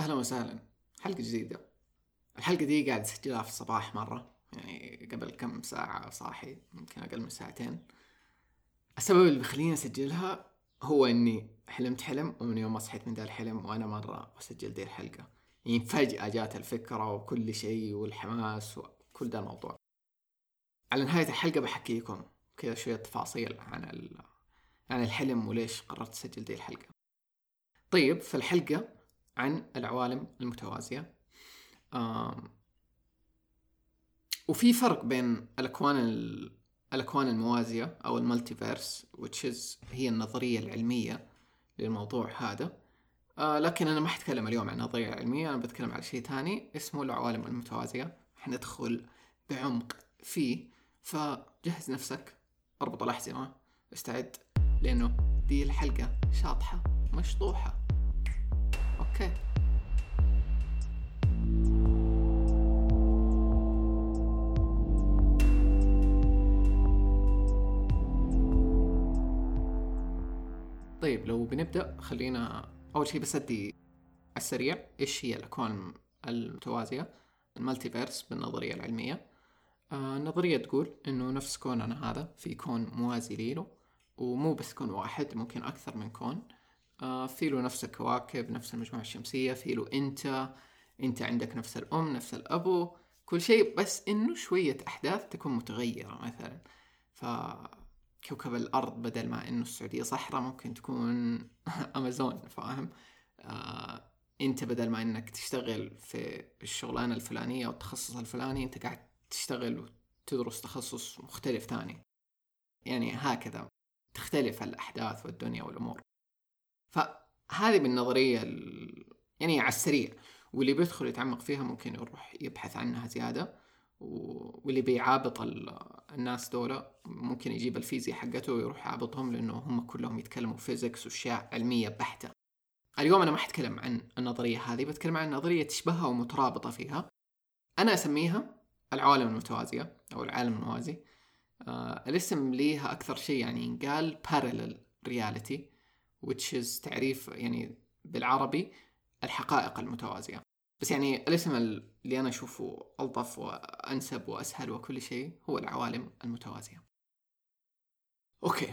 أهلا وسهلا. حلقة جديدة. الحلقة دي قاعد أسجلها في الصباح مرة، يعني قبل كم ساعة صاحي، يمكن أقل من ساعتين. السبب اللي بيخليني أسجلها هو إني حلمت حلم، ومن يوم ما صحيت من ذا الحلم وأنا مرة أسجل دي الحلقة. يعني فجأة جات الفكرة وكل شيء والحماس وكل ده الموضوع. على نهاية الحلقة بحكيكم كذا شوية تفاصيل عن الحلم وليش قررت أسجل دي الحلقة. طيب، في الحلقة عن العوالم المتوازية. وفي فرق بين الأكوان الموازية أو المالتيفيرس هي النظرية العلمية للموضوع هذا. لكن أنا ما حتكلم اليوم عن النظرية العلمية، أنا بتكلم على شيء تاني اسمه العوالم المتوازية. حندخل بعمق فيه، فجهز نفسك، اربط الأحزمة، استعد، لأنه دي الحلقة شاطحة مشطوحة. أوكي. طيب، لو بنبدأ خلينا أول شيء بس أدي على السريع إيش هي الأكوان المتوازية، المالتيفيرس بالنظرية العلمية. النظرية تقول إنه نفس كوننا هذا في كون موازي له، ومو بس كون واحد، ممكن أكثر من كون. في له نفس الكواكب، نفس المجموعة الشمسية، في له أنت عندك نفس الأم، نفس الأبو، كل شيء، بس إنه شوية أحداث تكون متغيرة. مثلا كوكب الأرض بدل ما إنه السعودية صحراء ممكن تكون أمازون، فاهم؟ أنت بدل ما إنك تشتغل في الشغلانة الفلانية أو التخصص الفلاني، أنت قاعد تشتغل وتدرس تخصص مختلف تاني. يعني هكذا تختلف الأحداث والدنيا والأمور. فهذه بالنظرية يعني على السريع، واللي بيدخل يتعمق فيها ممكن يروح يبحث عنها زيادة، واللي بيعابط الناس دولة ممكن يجيب الفيزياء حقته ويروح يعابطهم، لأنه هم كلهم يتكلموا فيزيكس وأشياء علمية بحتة. اليوم أنا ما حتكلم عن النظرية هذه، بتكلم عن نظرية تشبهها ومترابطة فيها. أنا أسميها العوالم المتوازية أو العالم الموازي. الاسم ليها أكثر شيء يعني ينقال parallel reality، which is تعريف يعني بالعربي الحقائق المتوازية. بس يعني الاسم اللي أنا أشوفه ألطف وأنسب وأسهل وكل شيء هو العوالم المتوازية. أوكي،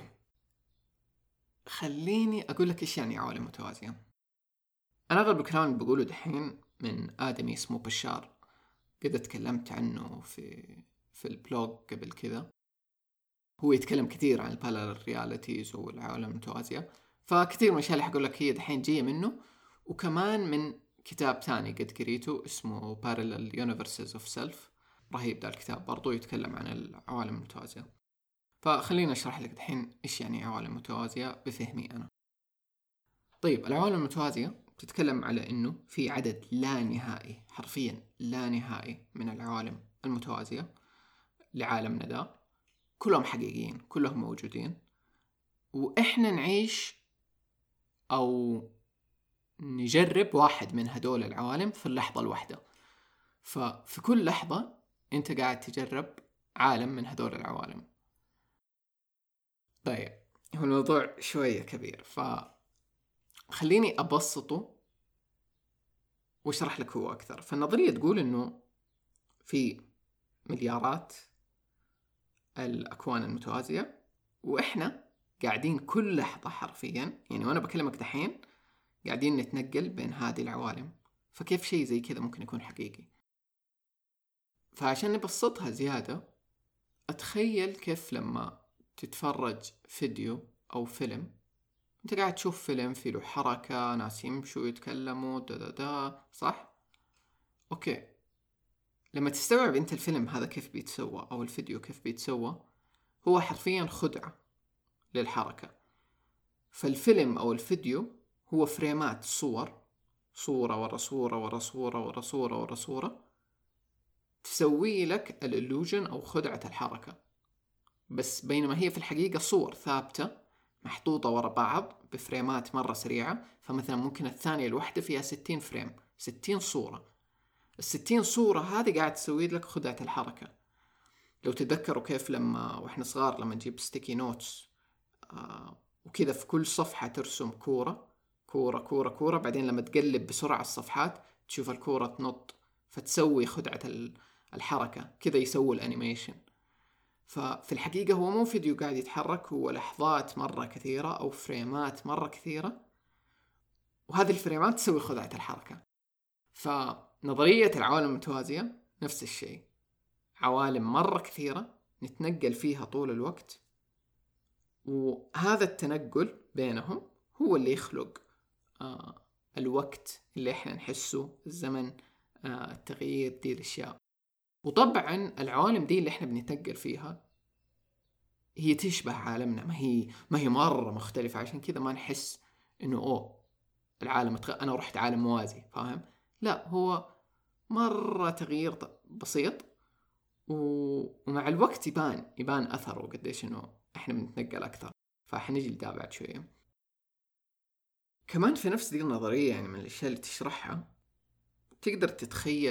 خليني أقول لك إيش يعني عوالم متوازية. أنا أغلب الكلام اللي بقوله دحين من آدمي اسمه بشار، قد تكلمت عنه في البلوج قبل كذا. هو يتكلم كثير عن البارالل رياليتيز والعوالم المتوازية، فكثير من الأشياء اللي حقول لك هي دحين جاية منه، وكمان من كتاب تاني قد قريته اسمه Parallel Universes of Self. رهيب ده الكتاب، برضو يتكلم عن العوالم المتوازية. فخلينا أشرح لك دحين إيش يعني عوالم متوازية بفهمي أنا. طيب، العوالم المتوازية تتكلم على إنه في عدد لا نهائي، حرفيا لا نهائي، من العوالم المتوازية لعالمنا ده، كلهم حقيقيين، كلهم موجودين، وإحنا نعيش أو نجرب واحد من هدول العوالم في اللحظة الواحدة. ففي كل لحظة أنت قاعد تجرب عالم من هدول العوالم. طيب، هو الموضوع شوية كبير، فخليني أبسطه واشرح لك هو أكثر. فالنظرية تقول إنه في مليارات الأكوان المتوازية، وإحنا قاعدين كل لحظة حرفيا، يعني وأنا بكلمك دحين قاعدين نتنقل بين هذه العوالم. فكيف شيء زي كذا ممكن يكون حقيقي؟ فعشان نبسطها زيادة، أتخيل كيف لما تتفرج فيديو أو فيلم، أنت قاعد تشوف فيلم فيه له حركة، ناس يمشوا يتكلموا صح؟ أوكي، لما تستوعب أنت الفيلم هذا كيف بيتسوى أو الفيديو كيف بيتسوى، هو حرفيا خدعة للحركة. فالفيلم أو الفيديو هو فريمات صورة ورا صورة ورا صورة ورا صورة ورا صورة، تسوي لك الإلوجن أو خدعة الحركة. بس بينما هي في الحقيقة صور ثابتة محطوطة ورا بعض بفريمات مرة سريعة. فمثلا ممكن الثانية الواحدة فيها 60 فريم، 60 صورة. 60 صورة هذه قاعد تسوي لك خدعة الحركة. لو تذكروا كيف لما وإحنا صغار لما نجيب ستيكي نوتس وكذا في كل صفحة ترسم كورة كورة كورة كورة، بعدين لما تقلب بسرعة الصفحات تشوف الكورة تنط، فتسوي خدعة الحركة كذا، يسوي الانيميشن. ففي الحقيقة هو مو فيديو قاعد يتحرك، هو لحظات مرة كثيرة أو فريمات مرة كثيرة، وهذه الفريمات تسوي خدعة الحركة. فنظرية العوالم المتوازية نفس الشيء، عوالم مرة كثيرة نتنقل فيها طول الوقت، وهذا التنقل بينهم هو اللي يخلق الوقت اللي احنا نحسه، الزمن، التغيير، دي الاشياء. وطبعا العوالم دي اللي احنا بنتنقل فيها هي تشبه عالمنا، ما هي مرة مختلفة، عشان كذا ما نحس انه العالم انا رحت عالم موازي، فاهم؟ لا، هو مرة تغيير بسيط، ومع الوقت يبان اثره قديش انه احنا بنتنقل اكثر. فحنجي لده بعد شوية. كمان في نفس دي النظرية، يعني من الاشياء اللي تشرحها، تقدر تتخيل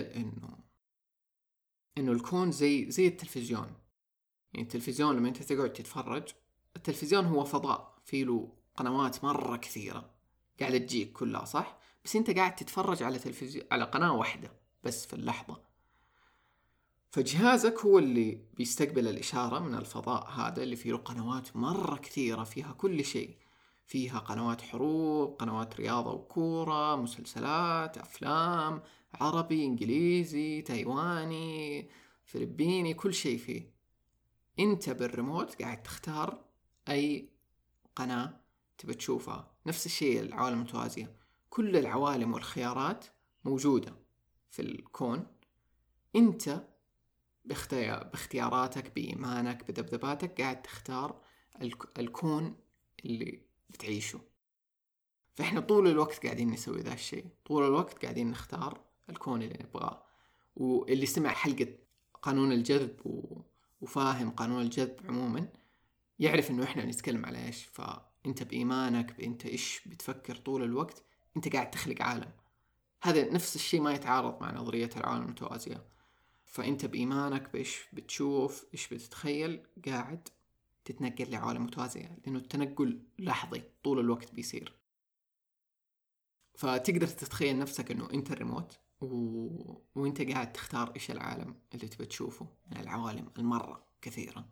انه الكون زي التلفزيون. يعني التلفزيون لما انت تقعد تتفرج، التلفزيون هو فضاء فيه له قنوات مرة كثيرة قاعدة تجيك كلها، صح؟ بس انت قاعد تتفرج على تلفزيون، على قناة واحدة بس في اللحظة. فجهازك هو اللي بيستقبل الإشارة من الفضاء هذا اللي فيه له قنوات مرة كثيرة، فيها كل شيء، فيها قنوات حروب، قنوات رياضة وكورة، مسلسلات، أفلام، عربي، إنجليزي، تايواني، فلبيني، كل شيء فيه. انت بالريموت قاعد تختار أي قناة تبى تشوفها. نفس الشيء العوالم المتوازية، كل العوالم والخيارات موجودة في الكون، انت باختياراتك، بإيمانك، بذبذباتك قاعد تختار الكون اللي بتعيشه. فإحنا طول الوقت قاعدين نسوي ذا الشيء، طول الوقت قاعدين نختار الكون اللي نبغاه. واللي سمع حلقة قانون الجذب وفاهم قانون الجذب عموما يعرف إنه إحنا نتكلم على إيش. فأنت بإيمانك، بأنت إيش بتفكر طول الوقت، أنت قاعد تخلق عالم. هذا نفس الشيء ما يتعارض مع نظرية العوالم المتوازية. فأنت بإيمانك بإيش بتشوف، إيش بتتخيل، قاعد تتنقل لعوالم متوازية، لأنه التنقل لحظي طول الوقت بيصير. فتقدر تتخيل نفسك أنه أنت الريموت وأنت قاعد تختار إيش العالم اللي تبي تشوفه من العوالم المرة كثيرة.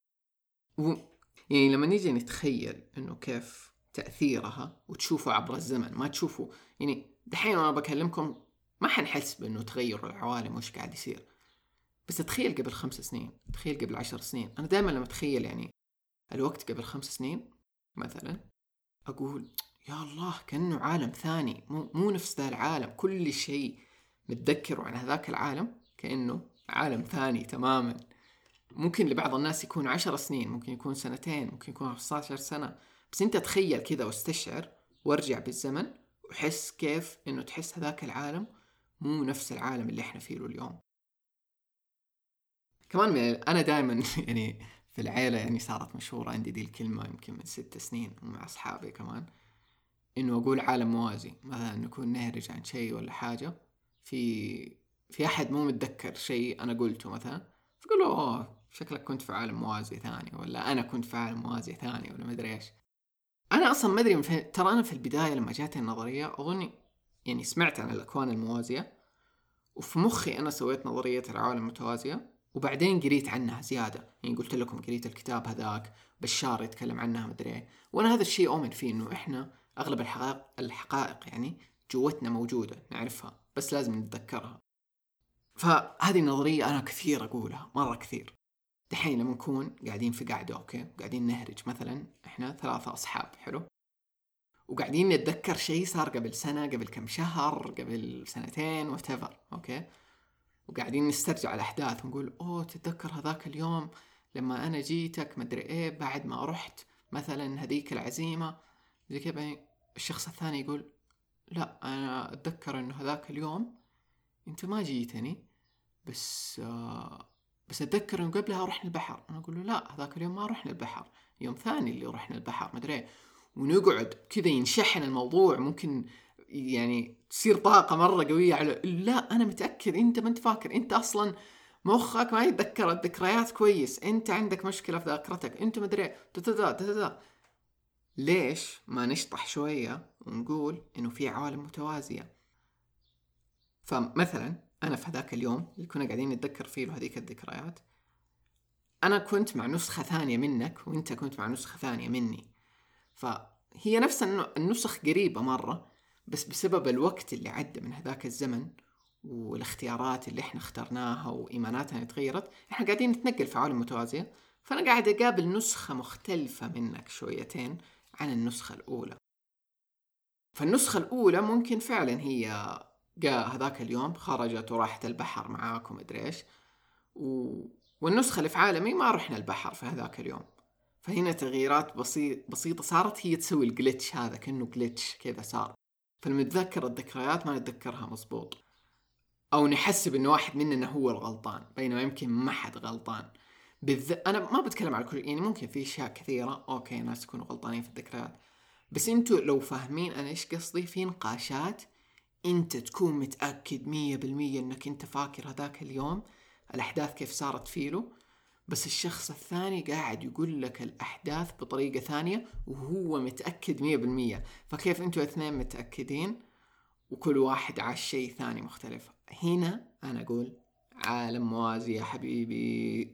يعني لما نيجي نتخيل أنه كيف تأثيرها وتشوفه عبر الزمن، ما تشوفه يعني دحين وأنا بكلمكم ما حنحس بأنه تغير العوالم وإيش قاعد يصير. بس تخيل قبل 5 سنين، تخيل قبل 10 سنين. أنا دائما لما أتخيل يعني الوقت قبل 5 سنين مثلا، أقول يا الله كأنه عالم ثاني، مو نفس ذا العالم. كل شيء متذكره عن هذاك العالم كأنه عالم ثاني تماما. ممكن لبعض الناس يكون 10 سنين، ممكن يكون 2 سنين، ممكن يكون 15 سنة. بس أنت تخيل كذا واستشعر وارجع بالزمن وحس كيف إنه تحس هذاك العالم مو نفس العالم اللي إحنا فيه اليوم. كمان أنا دائما يعني في العيلة يعني صارت مشهورة عندي دي الكلمة يمكن من 6 سنين ومع أصحابي كمان، إنه أقول عالم موازي. مثلا نكون نهرج عن شيء ولا حاجة، في أحد مو متذكر شيء أنا قلته مثلا، فقولوا شكلك كنت في عالم موازي ثاني، ولا أنا كنت في عالم موازي ثاني، ولا مدري إيش. أنا أصلا ما أدري ترى أنا في البداية لما جاتي النظرية أظني يعني سمعت عن الأكوان الموازية، وفي مخي أنا سويت نظرية العوالم المتوازية، وبعدين قريت عنها زيادة. يعني قلت لكم قريت الكتاب هذاك بشار يتكلم عنها مدري. وأنا هذا الشيء أؤمن فيه، إنه إحنا أغلب الحقائق يعني جوتنا موجودة نعرفها، بس لازم نتذكرها. فهذه النظرية أنا كثير أقولها، مرة كثير. دحين لما نكون قاعدين في قاعدة أوكي، قاعدين نهرج مثلا إحنا 3 أصحاب، حلو، وقاعدين نتذكر شيء صار قبل سنة، قبل كم شهر، قبل 2 سنين whatever، أوكي، وقاعدين نسترجع الأحداث ونقول تتذكر هذاك اليوم لما أنا جيتك مدري إيه بعد ما رحت مثلا هذيك العزيمة زي كذا. الشخص الثاني يقول لا، أنا أتذكر إنه هذاك اليوم أنت ما جيتني، بس أتذكر إنه قبلها رحنا البحر. أنا أقول له لا، هذاك اليوم ما رحنا البحر، يوم ثاني اللي رحنا البحر مدري إيه. ونقعد كذا ينشحن الموضوع، ممكن يعني تصير طاقة مرة قوية على لا أنا متأكد أنت ما أنت فاكر، أنت أصلا مخك ما يتذكر الذكريات كويس، أنت عندك مشكلة في ذاكرتك، أنت مدري ليش ما نشطح شوية ونقول إنه في عوالم متوازية؟ فمثلا أنا في هذاك اليوم اللي كنا قاعدين نتذكر فيه له هذيك الذكريات، أنا كنت مع نسخة ثانية منك وإنت كنت مع نسخة ثانية مني، فهي نفس النسخ قريبة مرة، بس بسبب الوقت اللي عدى من هذاك الزمن والاختيارات اللي احنا اخترناها وإيماناتنا تغيرت، احنا قاعدين نتنقل في عوالم متوازية. فأنا قاعد أقابل نسخة مختلفة منك شويتين عن النسخة الأولى. فالنسخة الأولى ممكن فعلا هي جاء هذاك اليوم خرجت وراحت البحر معاكم مدري ايش، والنسخة اللي في عالمي ما رحنا البحر في هذاك اليوم. فهنا تغييرات بسيطة صارت هي تسوي الجلitch هذا، كأنه جلitch كذا صار. فلما نتذكر الذكريات ما نتذكرها مزبوط، أو نحسب إنه واحد مننا هو الغلطان بينما يمكن ما حد غلطان. أنا ما بتكلم على كل، يعني ممكن في أشياء كثيرة أوكي ناس يكونوا غلطانين في الذكريات، بس أنتوا لو فاهمين أنا إيش قصدي، في نقاشات أنت تكون متأكد 100% إنك أنت فاكر هذاك اليوم الأحداث كيف صارت فيلو، بس الشخص الثاني قاعد يقول لك الأحداث بطريقة ثانية وهو متأكد 100%. فكيف أنتوا اثنين متأكدين وكل واحد عاش شيء ثاني مختلف؟ هنا أنا أقول عالم موازي يا حبيبي.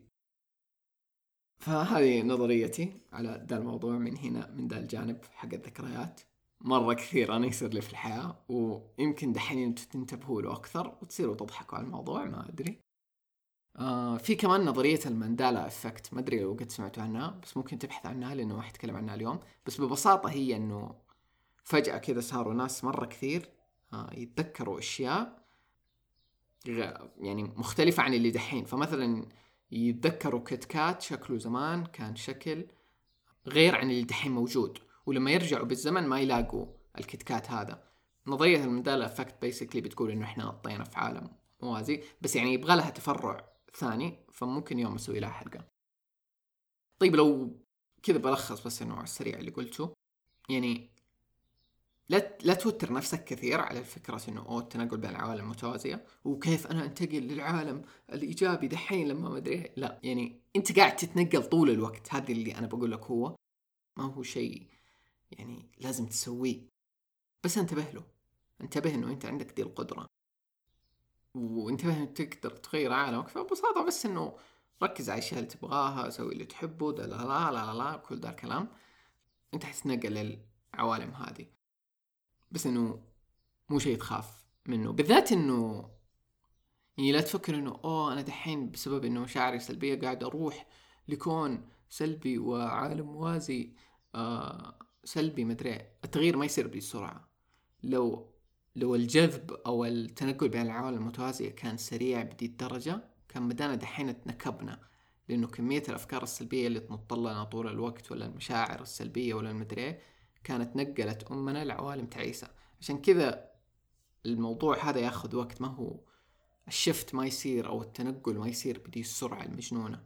فهذه نظريتي على ذا الموضوع من هنا، من ذا الجانب حق الذكريات. مرة كثير أنا يصير لي في الحياة، ويمكن دحين أنتوا تنتبهوا له أكثر وتصيروا تضحكوا على الموضوع، ما أدري. في كمان نظرية الماندالا إفكت، ما أدري لو قد سمعتوا عنها، بس ممكن تبحث عنها لأنه ما حتكلم عنها اليوم. بس ببساطة هي أنه فجأة كذا صاروا ناس مرة كثير يتذكروا أشياء يعني مختلفة عن اللي دحين. فمثلا يتذكروا كتكات شكله زمان كان شكل غير عن اللي دحين موجود، ولما يرجعوا بالزمن ما يلاقوا الكتكات هذا. نظرية الماندالا إفكت بيسكلي بتقول إنه إحنا نطينا في عالم موازي، بس يعني يبغى لها تفرع ثاني، فممكن يوم أسوي لها حلقة. طيب لو كذا بلخص بس إنه على السريع اللي قلته، يعني لا توتر نفسك كثير على الفكرة إنه التنقل بين العوالم المتوازية وكيف أنا أنتقل للعالم الإيجابي دحين لما ما أدري. لا، يعني أنت قاعد تتنقل طول الوقت، هذا اللي أنا بقول لك، هو ما هو شيء يعني لازم تسويه، بس انتبه إنه أنت عندك دي القدرة، وانتبه إنك تقدر تغير عالمك. فببساطة بس إنه ركز على الأشياء اللي تبغاها، سوي اللي تحبه، لا لا لا لا لا كل ذا الكلام، أنت حتتنقل للعوالم هذه. بس إنه مو شيء تخاف منه، بالذات إنه يعني لا تفكر إنه أنا دحين بسبب إنه مشاعري سلبية قاعد أروح لكون سلبي وعالم موازي سلبي مدري. التغيير ما يصير بسرعة. لو الجذب أو التنقل بين العوالم المتوازية كان سريع بدي الدرجة، كان بدانا دحين تنكبنا، لأنه كمية الأفكار السلبية اللي تنط لنا طول الوقت ولا المشاعر السلبية ولا المدري كانت نقلت أمنا لعوالم تعيسة. عشان كذا الموضوع هذا ياخذ وقت، ما هو الشفت ما يصير أو التنقل ما يصير بدي السرعة المجنونة.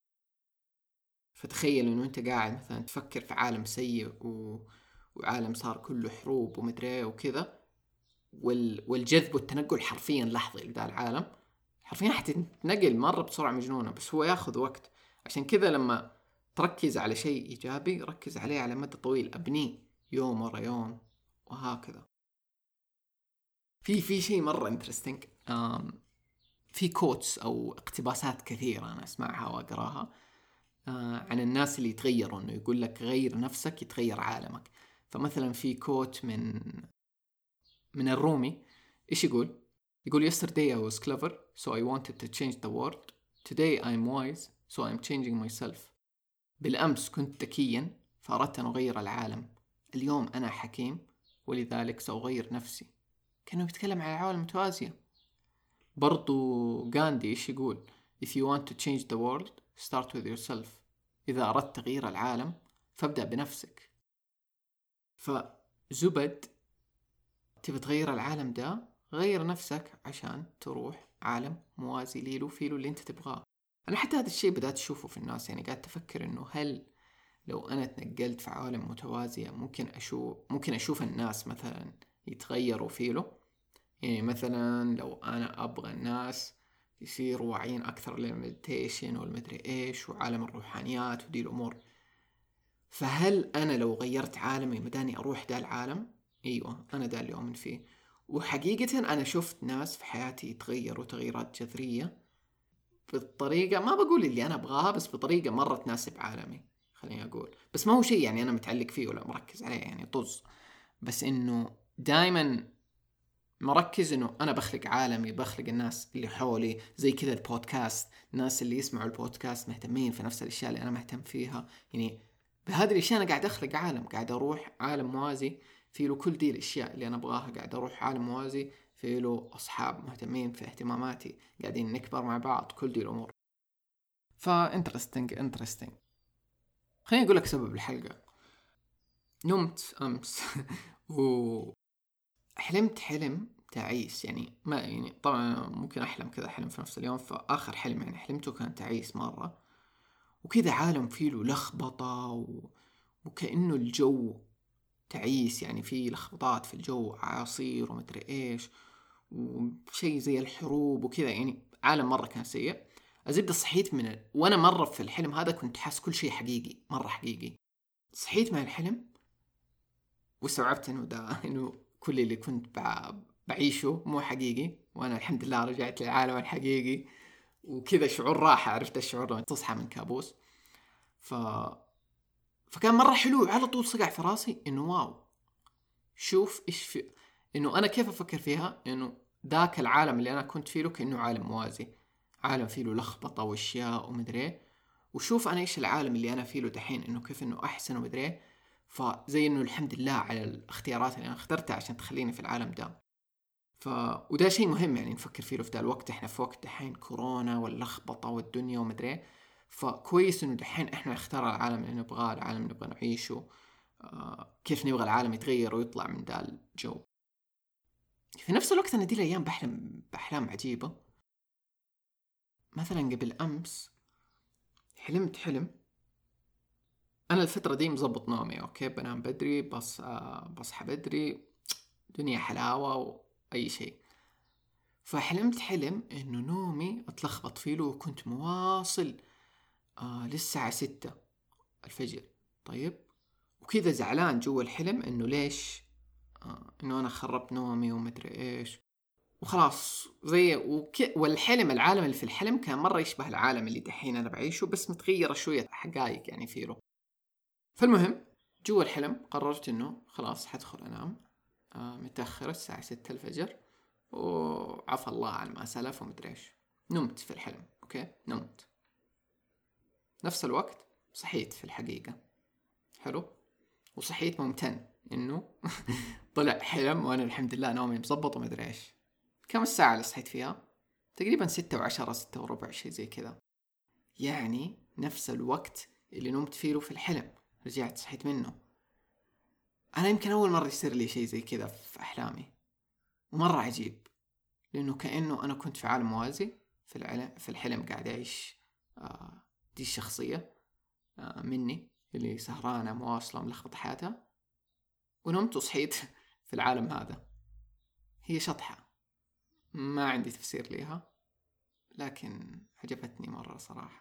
فتخيل إنه أنت قاعد مثلا تفكر في عالم سيء وعالم صار كله حروب ومدري وكذا، والجذب والتنقل حرفيا لحظي لذا العالم، حرفيا حتتنقل مرة بسرعة مجنونة، بس هو ياخذ وقت. عشان كذا لما تركز على شيء إيجابي ركز عليه على مدى طويل، أبنيه يوم ورا يوم وهكذا. في شيء مرة انترستينج، في كوتس أو اقتباسات كثيرة أنا أسمعها وأقراها عن الناس اللي يتغيروا، إنه يقول لك غير نفسك يتغير عالمك. فمثلا في كوت من الرومي، إيش يقول yesterday I was clever so I wanted to change the world, today I'm wise so I'm changing myself. بالأمس كنت ذكيا فأردت أن أغير العالم، اليوم أنا حكيم ولذلك سأغير نفسي. كانوا بيتكلم عن العوالم المتوازية. برضو غاندي إيش يقول if you want to change the world start with yourself. إذا أردت تغيير العالم فابدأ بنفسك. فزبد تبي تغير العالم ده، غير نفسك عشان تروح عالم موازي ليلو فيلو اللي انت تبغاه. انا حتى هذا الشيء بدأت اشوفه في الناس، يعني قاعد تفكر انه هل لو انا تنقلت في عوالم متوازية ممكن اشوف الناس مثلا يتغيروا فيلو. يعني مثلا لو انا ابغى الناس يصيروا واعيين اكثر للمديتيشن والمدري ايش وعالم الروحانيات ودي الامور، فهل أنا لو غيرت عالمي مداني أروح دا العالم؟ أيوة، أنا دا اللي أؤمن فيه. وحقيقة أنا شفت ناس في حياتي يتغيروا تغييرات جذرية بالطريقة، ما بقول اللي أنا أبغاها، بس بطريقة مرة تناسب عالمي، خليني أقول. بس ما هو شيء يعني أنا متعلق فيه ولا مركز عليه، يعني طز. بس إنه دايما مركز إنه أنا بخلق عالمي، بخلق الناس اللي حولي زي كذا. البودكاست، الناس اللي يسمعوا البودكاست مهتمين في نفس الأشياء اللي أنا مهتم فيها. يعني بهذه الأشياء أنا قاعد أخلق عالم، قاعد أروح عالم موازي في له كل دي الأشياء اللي أنا أبغاها. قاعد أروح عالم موازي في له أصحاب مهتمين في اهتماماتي، قاعدين نكبر مع بعض، كل دي الأمور. انترستنج. خليني أقول لك سبب الحلقة. نمت أمس وحلمت حلم تعيس. يعني ما يعني طبعا ممكن أحلم كذا حلم في نفس اليوم، فآخر حلم يعني حلمته كان تعيس مرة، وكذا عالم فيه له لخبطة وكأنه الجو تعيس، يعني فيه لخبطات في الجو، عاصير ومدري إيش، وشيء زي الحروب وكذا. يعني عالم مرة كان سيء. أزبد صحيت وأنا مرة في الحلم هذا كنت حاس كل شيء حقيقي، مرة حقيقي. صحيت من الحلم واستوعبت إنه كل اللي كنت بعيشه مو حقيقي، وأنا الحمد لله رجعت للعالم الحقيقي. وكذا شعور راحة، عرفت الشعور لما تصحى من كابوس. فكان مرة حلو. على طول صقع في راسي إنه واو، شوف إيش في، إنه أنا كيف أفكر فيها، إنه ذاك العالم اللي أنا كنت فيه له كأنه عالم موازي، عالم فيه له لخبطة وأشياء ومدري. وشوف أنا إيش العالم اللي أنا فيه له دحين، إنه كيف إنه أحسن ومدري. فزي إنه الحمد لله على الاختيارات اللي أنا اخترتها عشان تخليني في العالم ده. وده شيء مهم يعني نفكر فيه في ده الوقت. إحنا في وقت دحين كورونا واللخبطة والدنيا ومدري. فكويس إنه دحين إحنا نختار العالم اللي نبغاه، العالم اللي نبغى نعيشه. كيف نبغى العالم يتغير ويطلع من ذا الجو. في نفس الوقت أنا دي الأيام بحلم بأحلام عجيبة. مثلا قبل أمس حلمت حلم أنا الفترة دي مزبط نومي، أوكي، بنام بدري، بصحى بدري، دنيا حلاوة وأي شيء. فحلمت حلم إنه نومي اتلخبط فيه وكنت مواصل للساعة 6 الفجر. طيب، وكذا زعلان جوا الحلم إنه ليش إنه أنا خربت نومي ومدري إيش. وخلاص والحلم، العالم اللي في الحلم كان مرة يشبه العالم اللي دحين أنا بعيشه، بس متغيرة شوية حقائق يعني فيه. فالمهم جوا الحلم قررت إنه خلاص حدخل أنام متأخر الساعة 6 الفجر، وعفى الله عن ما سلف ومدري إيش. نمت في الحلم، أوكي، نمت. نفس الوقت صحيت في الحقيقة. حلو. وصحيت ممتن إنه طلع حلم وأنا الحمد لله نومي مزبط ومدري إيش. كم الساعة اللي صحيت فيها؟ تقريبا 6:10، 6:15، شيء زي كذا. يعني نفس الوقت اللي نمت فيه في الحلم رجعت صحيت منه. أنا يمكن أول مرة يصير لي شيء زي كذا في أحلامي، ومرة عجيب، لأنه كأنه أنا كنت في عالم موازي في الحلم قاعد أعيش دي الشخصية مني اللي سهرانة مواصلة ملخبط حياتها، ونمت وصحيت في العالم هذا. هي شطحة ما عندي تفسير ليها، لكن عجبتني مرة صراحة.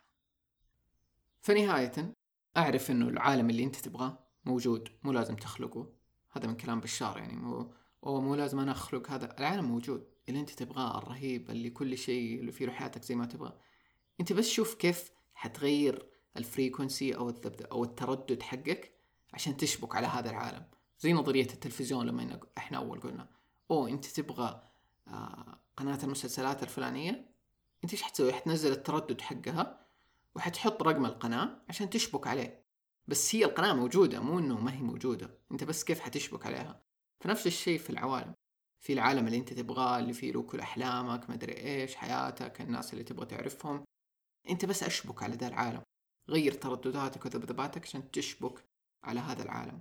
فنهاية أعرف أنه العالم اللي أنت تبغاه موجود، مو لازم تخلقه. هذا من كلام بشار، يعني مو لازم أنا أخلق. هذا العالم موجود اللي أنت تبغاه، الرهيب اللي كل شيء اللي فيه حياتك زي ما تبغى. أنت بس شوف كيف حتغير الفريكونسي أو التردد حقك عشان تشبك على هذا العالم. زي نظرية التلفزيون لما إحنا أول قلنا أنت تبغى قناة المسلسلات الفلانية، أنت إيش حتسوي؟ حتنزل التردد حقها وحتحط رقم القناة عشان تشبك عليه. بس هي القناة موجودة، مو إنه ما هي موجودة، أنت بس كيف حتشبك عليها. فنفس الشيء في العوالم، في العالم اللي أنت تبغاه اللي فيه له كل أحلامك، مدري إيش، حياتك، الناس اللي تبغى تعرفهم. أنت بس أشبك على ذا العالم، غير تردداتك وذبذباتك عشان تشبك على هذا العالم.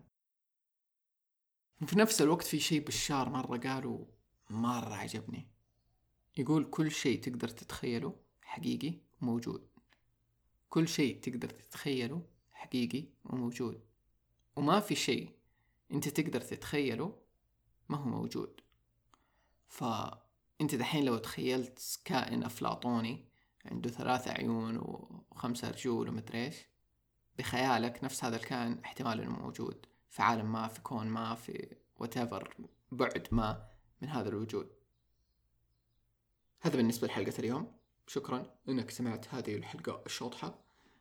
في نفس الوقت في شيء بشار مرة قالوا مرة عجبني. يقول كل شيء تقدر تتخيله حقيقي وموجود. كل شيء تقدر تتخيله حقيقي وموجود، وما في شيء انت تقدر تتخيله ما هو موجود. فانت دحين لو تخيلت كائن أفلاطوني عنده 3 عيون و5 رجول ومدري ايش، بخيالك نفس هذا الكائن احتمال انه موجود في عالم ما، في كون ما، في whatever بعد ما من هذا الوجود. هذا بالنسبة لحلقة اليوم. شكرا انك سمعت هذه الحلقة الشاطحة.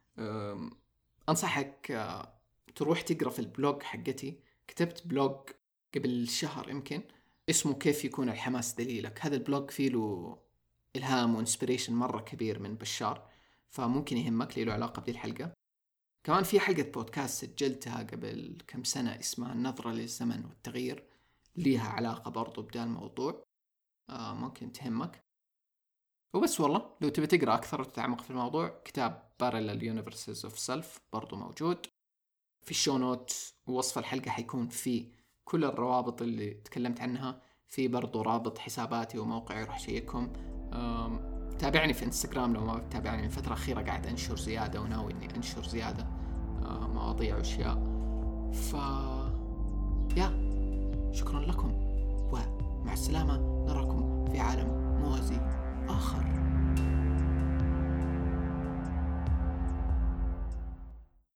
انصحك تروح تقرأ في البلوج حقتي. كتبت بلوج قبل شهر يمكن اسمه كيف يكون الحماس دليلك. هذا البلوج فيه له إلهام وإنسبريشن مرة كبير من بشار، فممكن يهمك، له علاقة بهذه الحلقة. كمان في حلقة بودكاست سجلتها قبل كم سنة اسمها النظرة للزمن والتغيير، ليها علاقة برضو بدا الموضوع، ممكن تهمك. وبس والله، لو تبي تقرأ أكثر وتتعمق في الموضوع، كتاب Parallel Universes of Self برضو موجود في الشو نوت، ووصف الحلقة حيكون فيه كل الروابط اللي تكلمت عنها. في برضو رابط حساباتي وموقعي، روح شيكهم. تابعني في انستغرام لو ما بتتابعني. من فترة أخيرة قاعد أنشر زيادة وناوي إني أنشر زيادة مواضيع وأشياء. شكرا لكم ومع السلامة. نراكم